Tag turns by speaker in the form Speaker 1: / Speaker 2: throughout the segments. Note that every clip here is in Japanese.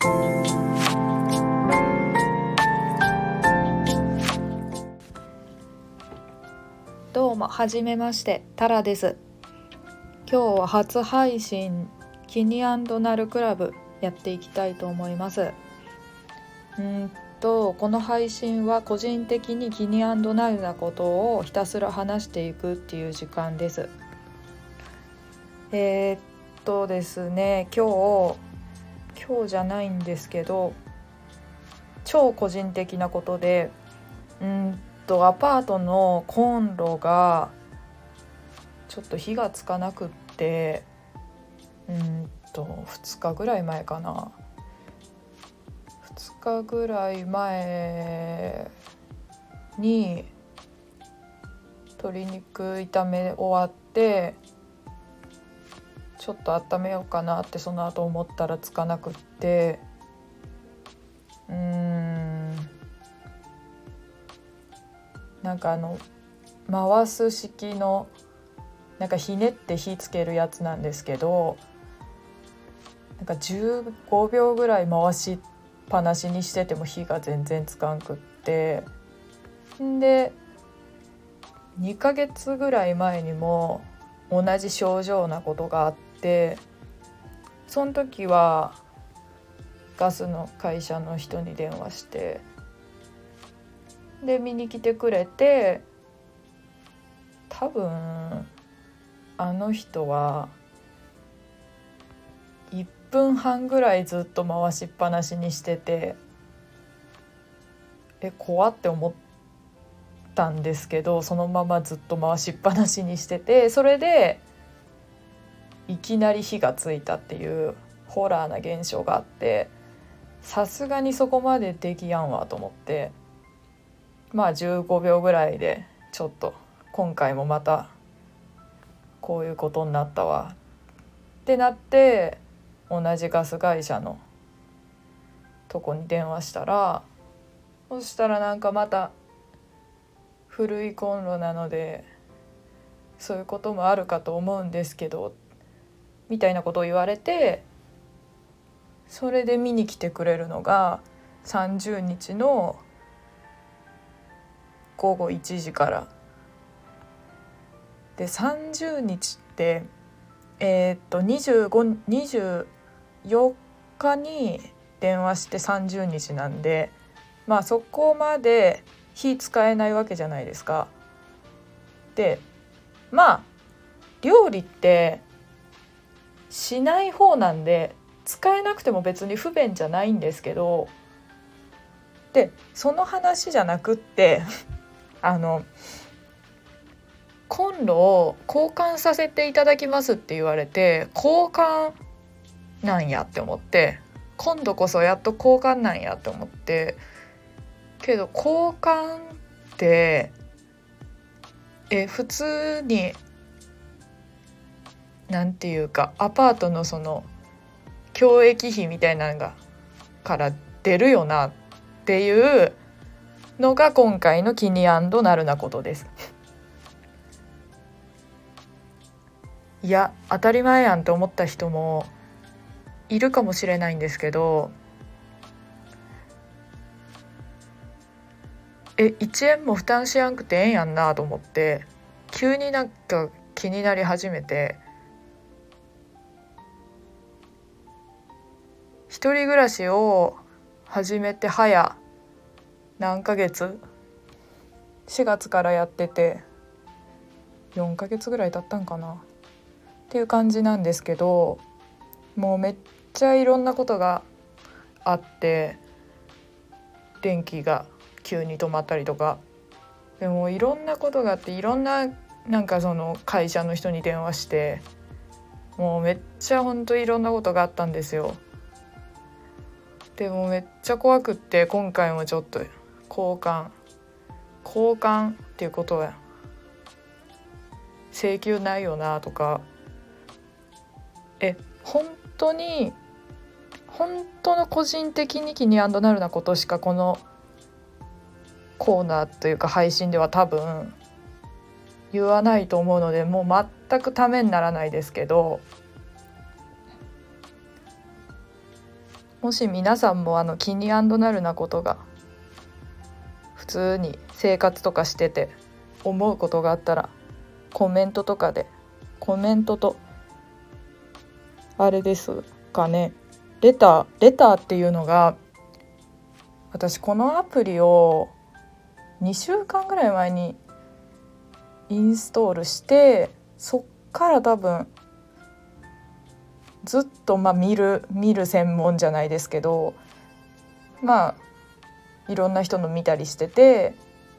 Speaker 1: どうもはじめまして、タラです。今日は初配信キニ&ナルクラブやっていきたいと思います。この配信は個人的にキニ&ナルなことをひたすら話していくっていう時間です。ですね、今日じゃないんですけど、超個人的なことで、アパートのコンロがちょっと火がつかなくって、2日ぐらい前かな2日ぐらい前に鶏肉炒め終わってちょっと温めようかなってその後思ったらつかなくって、なんか回す式のなんかひねって火つけるやつなんですけど、なんか15秒ぐらい回しっぱなしにしてても火が全然つかんくって、で2ヶ月ぐらい前にも同じ症状なことがあって、その時はガスの会社の人に電話してで見に来てくれて、多分あの人は1分半ぐらいずっと回しっぱなしにしてて、怖って思ったんですけど、そのままずっと回しっぱなしにしてて、それでいきなり火がついたっていうホラーな現象があって、さすがにそこまでできやんわと思って、15秒ぐらいでちょっと今回もまたこういうことになったわってなって、同じガス会社のとこに電話したら、そしたらなんかまた古いコンロなのでそういうこともあるかと思うんですけどみたいなことを言われて、それで見に来てくれるのが30日の午後1時からで、30日って24日に電話して30日なんで、そこまで火使えないわけじゃないですか。で料理ってしない方なんで使えなくても別に不便じゃないんですけど、でその話じゃなくってコンロを交換させていただきますって言われて、交換なんやって思って、今度こそやっと交換なんやって思って、けど交換って普通になんていうかアパートのその共益費みたいなのがから出るよなっていうのが今回のキニ&ナルなことです。いや当たり前やんって思った人もいるかもしれないんですけど、1円も負担しやんくてええんやんなと思って、急になんか気になり始めて、一人暮らしを始めて早何ヶ月、4月からやってて4ヶ月ぐらい経ったんかなっていう感じなんですけど、もうめっちゃいろんなことがあって、電気が急に止まったりとか、でもいろんなことがあって、いろんななんかその会社の人に電話して、もうめっちゃほんといろんなことがあったんですよ。でもめっちゃ怖くって、今回もちょっと交換っていうことは請求ないよなとか、本当の個人的に気になるなことしかこのコーナーというか配信では多分言わないと思うので、もう全くためにならないですけど、 もし皆さんも気になるなことが普通に生活とかしてて思うことがあったらコメントとかで、コメントとあれですかね、レターっていうのが、私このアプリを2週間ぐらい前にインストールして、そっから多分ずっと見る専門じゃないですけど、いろんな人の見たりしてて、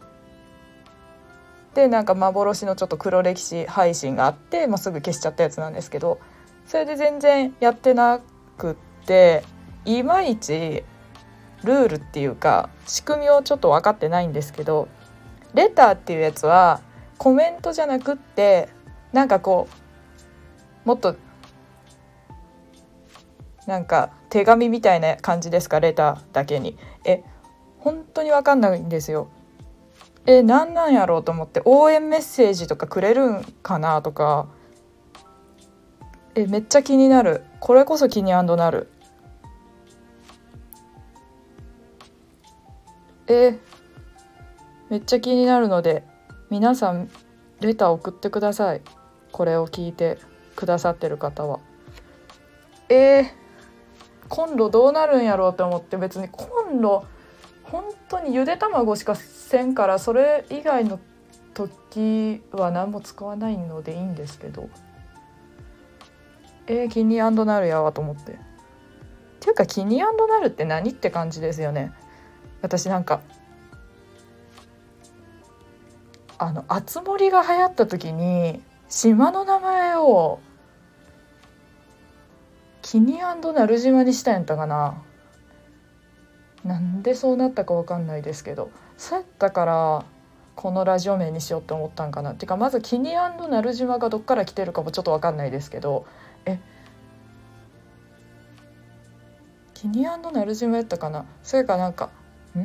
Speaker 1: でなんか幻のちょっと黒歴史配信があって、すぐ消しちゃったやつなんですけど、それで全然やってなくって、いまいちルールっていうか仕組みをちょっと分かってないんですけど、レターっていうやつはコメントじゃなくって、なんかこうもっとなんか手紙みたいな感じですか、レターだけに。本当に分かんないんですよ。なんやろうと思って、応援メッセージとかくれるんかなとか、めっちゃ気になる。これこそ気になる。めっちゃ気になるので、皆さんレター送ってください。これを聞いてくださってる方は。今度どうなるんやろうと思って、別に今度本当にゆで卵しかせんから、それ以外の時は何も使わないのでいいんですけど、気になるやわと思って。っていうか気になるって何って感じですよね。私なんかあつ森が流行った時に島の名前を気になる島にしたんやったかな。なんでそうなったか分かんないですけど、そうやったからこのラジオ名にしようって思ったんかな。っていうか、まず気になる島がどっから来てるかもちょっと分かんないですけど、気になる島やったかな。それかなんか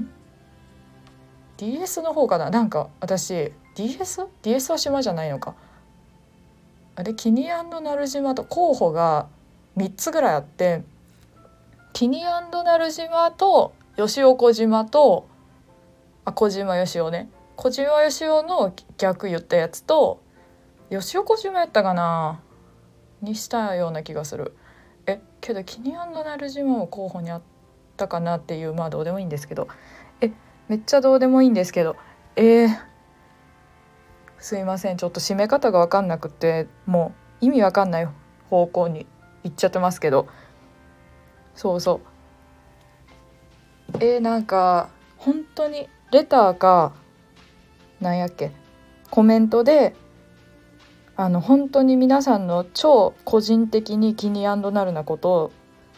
Speaker 1: DS の方かな。なんか私 DS は島じゃないのか。あれ、気になる島と候補が3つぐらいあって、気になる島と吉岡島と小島よしおね、小島よしおの逆言ったやつと、吉岡島やったかなにしたような気がする。けど気になる島も候補にあったかなっていう、どうでもいいんですけど、めっちゃどうでもいいんですけど、すいません、ちょっと締め方が分かんなくて、もう意味分かんない方向に行っちゃってますけど、なんか本当にレターかなんやっけ、コメントで本当に皆さんの超個人的に気になるなことを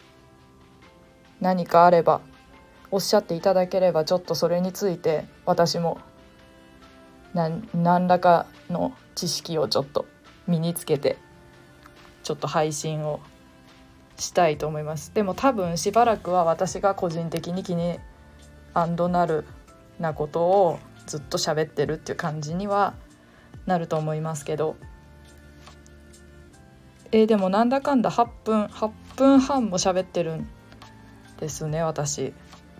Speaker 1: 何かあればおっしゃっていただければ、ちょっとそれについて私も何らかの知識をちょっと身につけて、ちょっと配信をしたいと思います。でも多分しばらくは私が個人的に気になるなことをずっと喋ってるっていう感じにはなると思いますけど、でもなんだかんだ8分半も喋ってるんですね、私。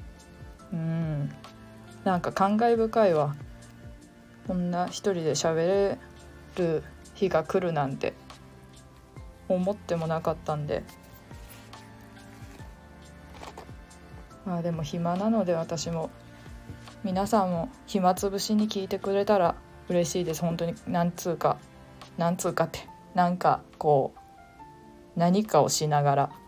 Speaker 1: なんか感慨深いわ。こんな一人で喋れる日が来るなんて思ってもなかったんで、でも暇なので、私も皆さんも暇つぶしに聞いてくれたら嬉しいです。本当になんつうかってなんかこう何かをしながら、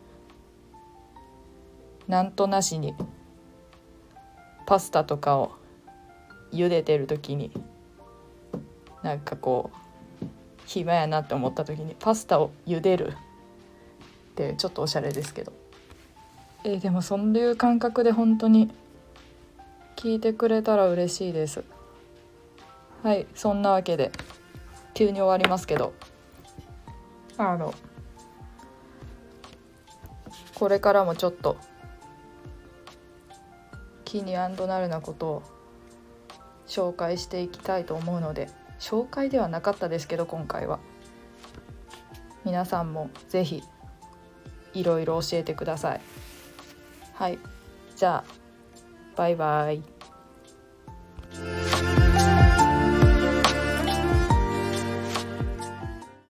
Speaker 1: なんとなしにパスタとかを茹でてる時に、なんかこう暇やなって思った時にパスタを茹でるってちょっとおしゃれですけど、でもそういう感覚で本当に聞いてくれたら嬉しいです。はい、そんなわけで急に終わりますけど、これからもちょっと気になるなことを紹介していきたいと思うので、紹介ではなかったですけど今回は皆さんもぜひいろいろ教えてください。 はい、じゃあバイバイ。